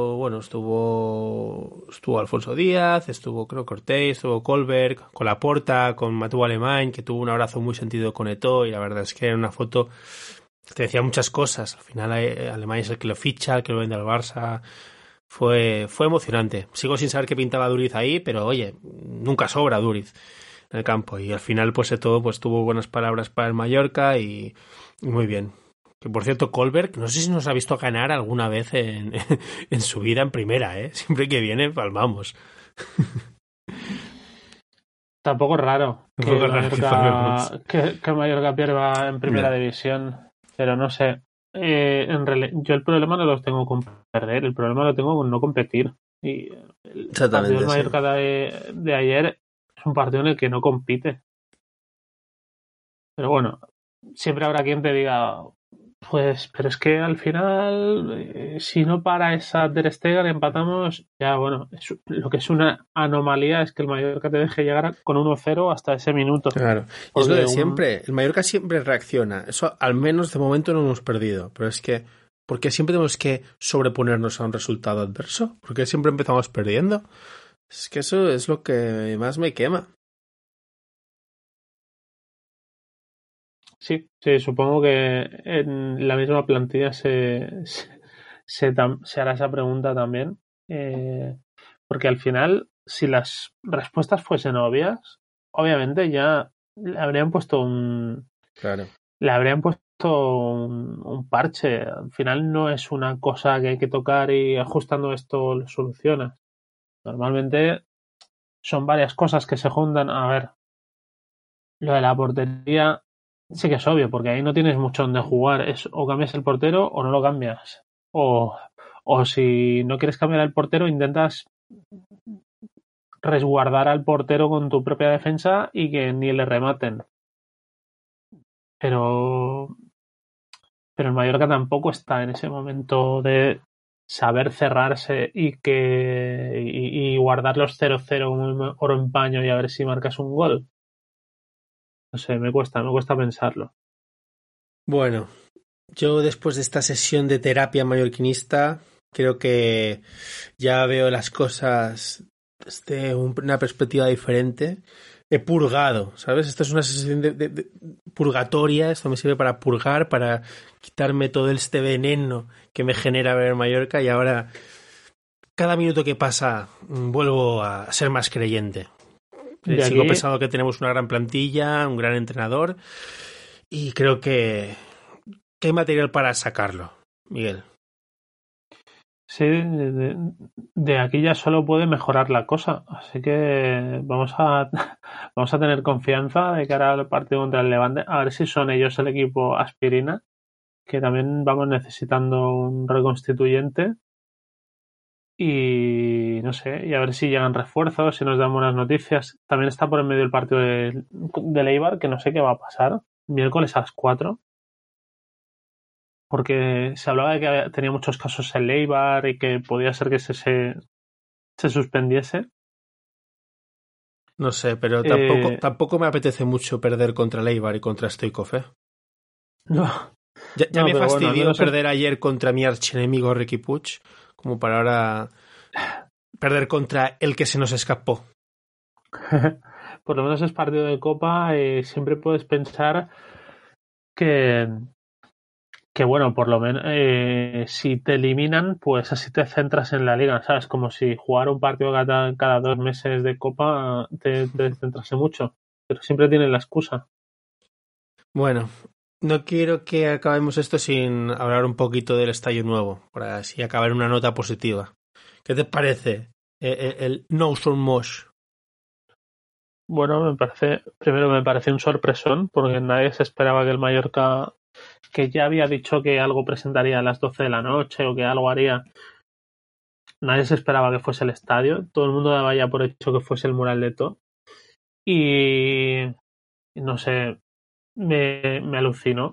[SPEAKER 2] estuvo Alfonso Díaz, estuvo creo Cortés, estuvo Kohlberg, con Laporta, con Mateu Alemany, que tuvo un abrazo muy sentido con Eto'o y la verdad es que era una foto que te decía muchas cosas. Al final Alemany es el que lo ficha, el que lo vende al Barça. Fue emocionante. Sigo sin saber qué pintaba Aduriz ahí, pero oye, nunca sobra Aduriz en el campo. Y al final pues Eto'o pues tuvo buenas palabras para el Mallorca y muy bien. Que por cierto, Kohlberg, no sé si nos ha visto ganar alguna vez en su vida en primera, ¿eh? Siempre que viene, palmamos.
[SPEAKER 3] Tampoco es raro que el Mallorca pierda en primera división, pero no sé. En realidad, yo el problema no lo tengo con perder, el problema lo tengo con no competir. Y el partido del Mallorca de ayer es un partido en el que no compite. Pero bueno, siempre habrá quien te diga... Pues, pero es que al final, si no para esa Ter Stegen empatamos, ya bueno, lo que es una anomalía es que el Mallorca te deje llegar con 1-0 hasta ese minuto.
[SPEAKER 2] Claro, y es lo de siempre, el Mallorca siempre reacciona, eso al menos de momento no hemos perdido, pero es que, ¿por qué siempre tenemos que sobreponernos a un resultado adverso? ¿Por qué siempre empezamos perdiendo? Es que eso es lo que más me quema.
[SPEAKER 3] Sí, sí, supongo que en la misma plantilla se hará esa pregunta también. Porque al final, si las respuestas fuesen obvias, obviamente ya le habrían puesto
[SPEAKER 2] Claro.
[SPEAKER 3] un parche. Al final no es una cosa que hay que tocar y ajustando esto lo solucionas. Normalmente son varias cosas que se juntan. A ver, lo de la portería sí que es obvio, porque ahí no tienes mucho donde jugar. Es o cambias el portero o no lo cambias. O si no quieres cambiar el portero, intentas resguardar al portero con tu propia defensa y que ni le rematen. Pero, pero el Mallorca tampoco está en ese momento de saber cerrarse y guardar los 0-0 como oro en paño y a ver si marcas un gol. No sé, me cuesta pensarlo.
[SPEAKER 2] Bueno, yo después de esta sesión de terapia mallorquinista, creo que ya veo las cosas desde una perspectiva diferente. He purgado, ¿sabes? Esto es una sesión de purgatoria, esto me sirve para purgar, para quitarme todo este veneno que me genera ver Mallorca y ahora cada minuto que pasa vuelvo a ser más creyente. Sigo pensando que tenemos una gran plantilla, un gran entrenador y creo que hay material para sacarlo, Miguel.
[SPEAKER 3] Sí, de aquí ya solo puede mejorar la cosa, así que vamos a tener confianza de cara al partido contra el Levante, a ver si son ellos el equipo aspirina, que también vamos necesitando un reconstituyente y no sé, y a ver si llegan refuerzos, si nos dan buenas noticias. También está por en medio el partido de Eibar, que no sé qué va a pasar, miércoles a las 4. Porque se hablaba de que tenía muchos casos en Eibar y que podía ser que se suspendiese.
[SPEAKER 2] No sé, pero tampoco me apetece mucho perder contra el Eibar y contra Stoichkov, ¿eh?
[SPEAKER 3] No.
[SPEAKER 2] Ya me fastidió perder ayer contra mi archienemigo Riqui Puig, como para ahora perder contra el que se nos escapó.
[SPEAKER 3] Por lo menos es partido de Copa, siempre puedes pensar que bueno, por lo menos si te eliminan, pues así te centras en la liga, ¿sabes? Como si jugar un partido cada 2 meses de Copa te centrase mucho, pero siempre tienes la excusa.
[SPEAKER 2] Bueno, no quiero que acabemos esto sin hablar un poquito del estadio nuevo, para así acabar en una nota positiva. ¿Qué te parece el Nou Son Moix?
[SPEAKER 3] Bueno, me parece un sorpresón, porque nadie se esperaba que el Mallorca, que ya había dicho que algo presentaría a las 12 de la noche o que algo haría, nadie se esperaba que fuese el estadio. Todo el mundo daba ya por hecho que fuese el mural de todo. Y no sé, me alucinó.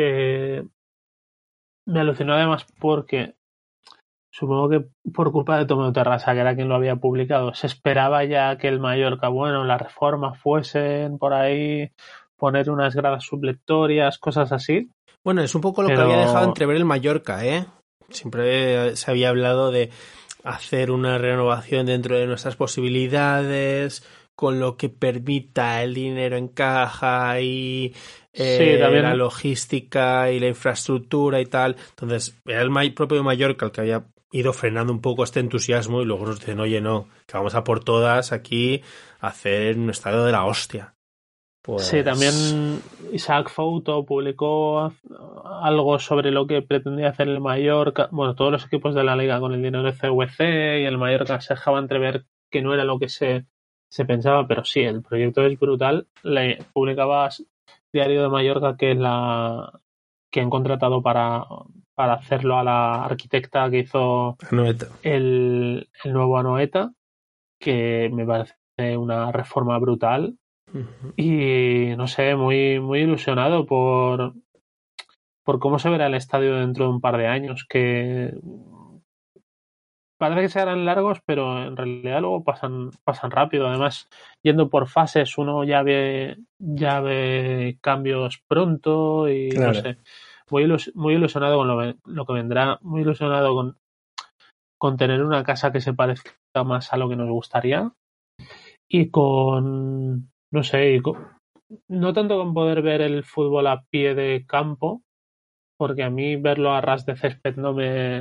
[SPEAKER 3] Me alucinó además porque supongo que por culpa de Tomeu Terrassa, que era quien lo había publicado, se esperaba ya que el Mallorca, bueno, las reformas fuesen por ahí, poner unas gradas supletorias, cosas así.
[SPEAKER 2] Bueno, es un poco lo que había dejado entrever el Mallorca, ¿eh? Siempre se había hablado de hacer una renovación dentro de nuestras posibilidades, con lo que permita el dinero en caja y la logística y la infraestructura y tal. Entonces, era el propio Mallorca el que había ido frenando un poco este entusiasmo y luego nos dicen, oye, no, que vamos a por todas aquí a hacer un estadio de la hostia. Pues...
[SPEAKER 3] Sí, también Isaac Fouto publicó algo sobre lo que pretendía hacer el Mallorca. Bueno, todos los equipos de la liga con el dinero de CVC y el Mallorca se dejaba entrever que no era lo que se pensaba, pero sí, el proyecto es brutal. Le publicaba Diario de Mallorca, que es que han contratado para hacerlo a la arquitecta que hizo el nuevo Anoeta, que me parece una reforma brutal. Y no sé, muy, muy ilusionado por cómo se verá el estadio dentro de un par de años, que parece que se harán largos, pero en realidad luego pasan rápido. Además, yendo por fases, uno ya ve cambios pronto y no sé. Muy ilusionado con lo que vendrá, muy ilusionado con con tener una casa que se parezca más a lo que nos gustaría y con, no sé, no tanto con poder ver el fútbol a pie de campo, porque a mí verlo a ras de césped no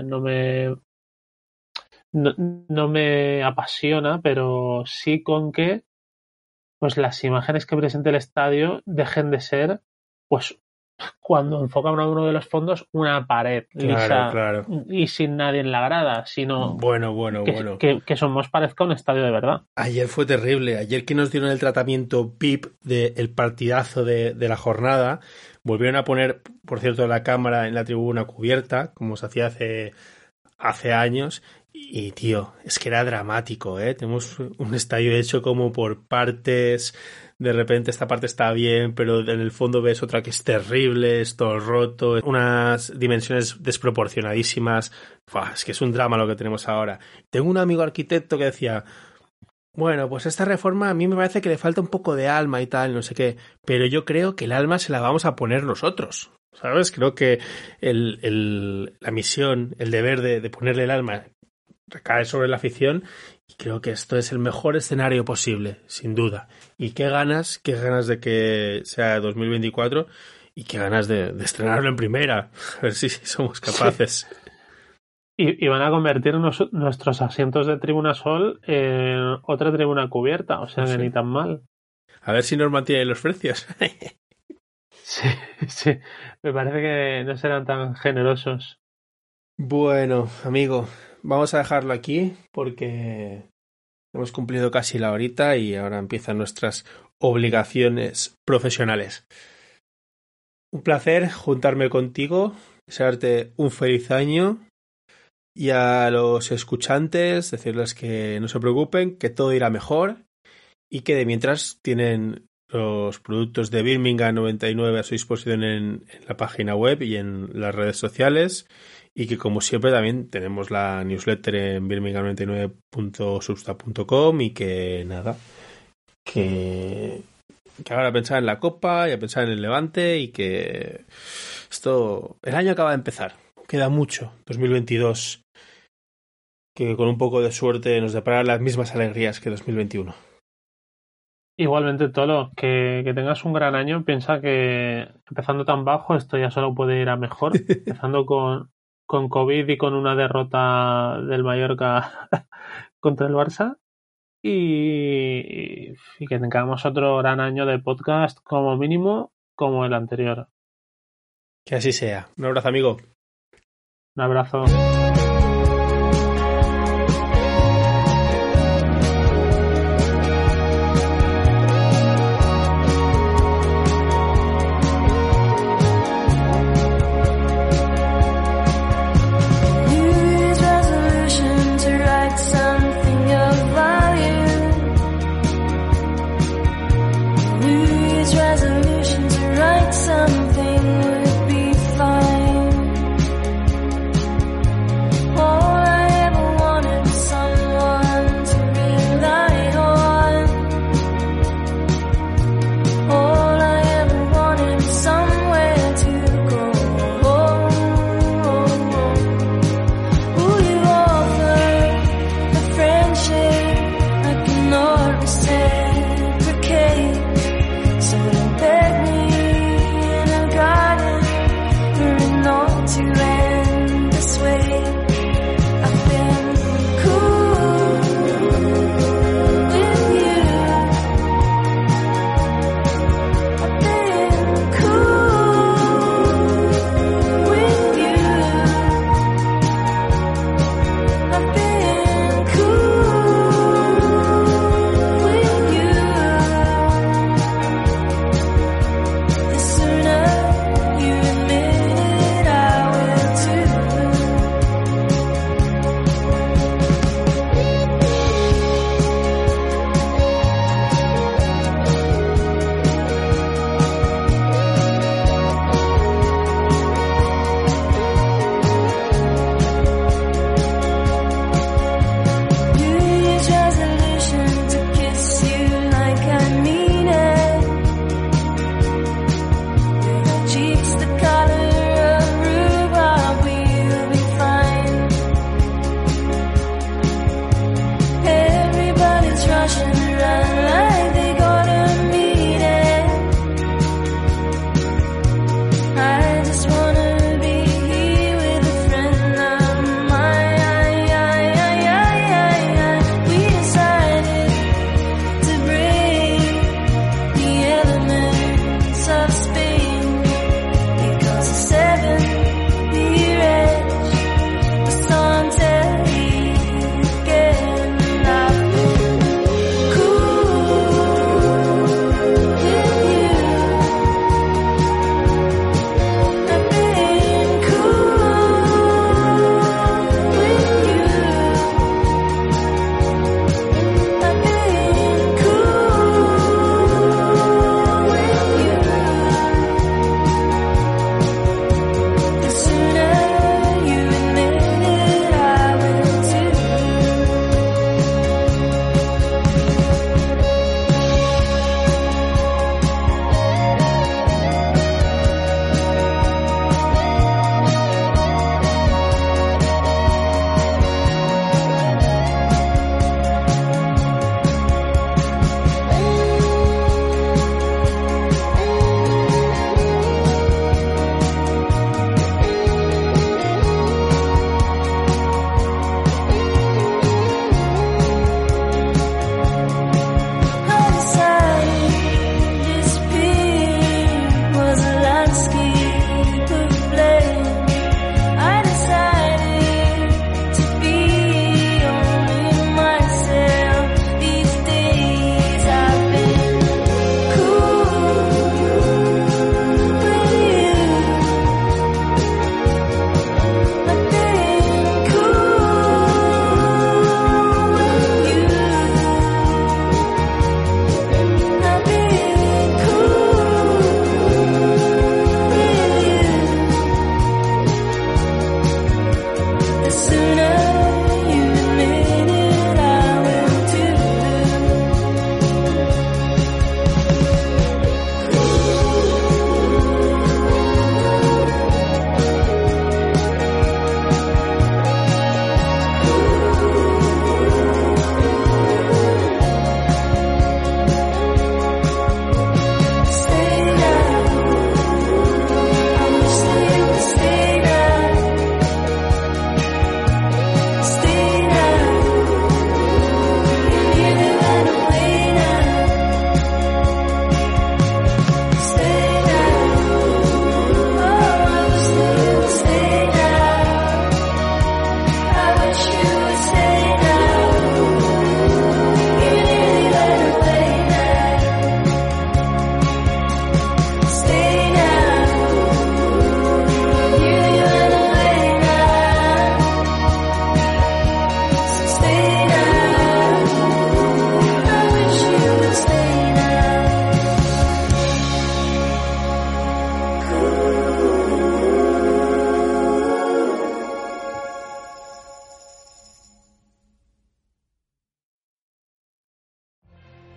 [SPEAKER 3] me apasiona, pero sí con que pues las imágenes que presente el estadio dejen de ser, pues cuando enfocan a uno de los fondos, una pared lisa
[SPEAKER 2] Claro.
[SPEAKER 3] y sin nadie en la grada, sino
[SPEAKER 2] Bueno.
[SPEAKER 3] que eso más parezca un estadio de verdad.
[SPEAKER 2] Ayer fue terrible. Ayer que nos dieron el tratamiento VIP del partidazo de la jornada, volvieron a poner, por cierto, la cámara en la tribuna cubierta, como se hacía hace años. Y, tío, es que era dramático, ¿eh? Tenemos un estadio hecho como por partes. De repente esta parte está bien, pero en el fondo ves otra que es terrible, es todo roto, unas dimensiones desproporcionadísimas. Es que es un drama lo que tenemos ahora. Tengo un amigo arquitecto que decía, bueno, pues esta reforma a mí me parece que le falta un poco de alma y tal, no sé qué, pero yo creo que el alma se la vamos a poner nosotros, ¿sabes? Creo que la misión, el deber de ponerle el alma recae sobre la afición y creo que esto es el mejor escenario posible, sin duda. Y qué ganas de que sea 2024 y qué ganas de estrenarlo en primera, a ver si somos capaces.
[SPEAKER 3] Y van a convertir nuestros asientos de Tribuna Sol en otra tribuna cubierta, o sea que ni tan mal.
[SPEAKER 2] A ver si nos mantienen los precios.
[SPEAKER 3] Sí, me parece que no serán tan generosos.
[SPEAKER 2] Bueno, amigo, vamos a dejarlo aquí porque hemos cumplido casi la horita y ahora empiezan nuestras obligaciones profesionales. Un placer juntarme contigo, desearte un feliz año y a los escuchantes decirles que no se preocupen, que todo irá mejor y que de mientras tienen los productos de Birmingham 99 a su disposición en la página web y en las redes sociales. Y que como siempre también tenemos la newsletter en birmingham99.substack.com y que nada, que ahora pensar en la Copa y a pensar en el Levante y que el año acaba de empezar, queda mucho, 2022, que con un poco de suerte nos depara las mismas alegrías que 2021.
[SPEAKER 3] Igualmente, Tolo, que tengas un gran año. Piensa que empezando tan bajo esto ya solo puede ir a mejor, empezando con COVID y con una derrota del Mallorca contra el Barça y que tengamos otro gran año de podcast como mínimo como el anterior.
[SPEAKER 2] Que así sea. Un abrazo, amigo.
[SPEAKER 3] Un abrazo.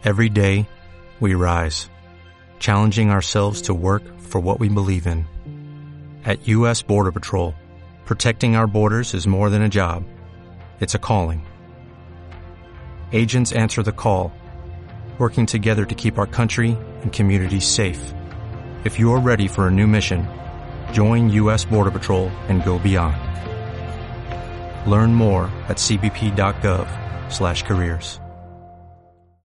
[SPEAKER 4] Every day, we rise, challenging ourselves to work for what we believe in. At U.S. Border Patrol, protecting our borders is more than a job. It's a calling. Agents answer the call, working together to keep our country and communities safe. If you are ready for a new mission, join U.S. Border Patrol and go beyond. Learn more at cbp.gov/careers.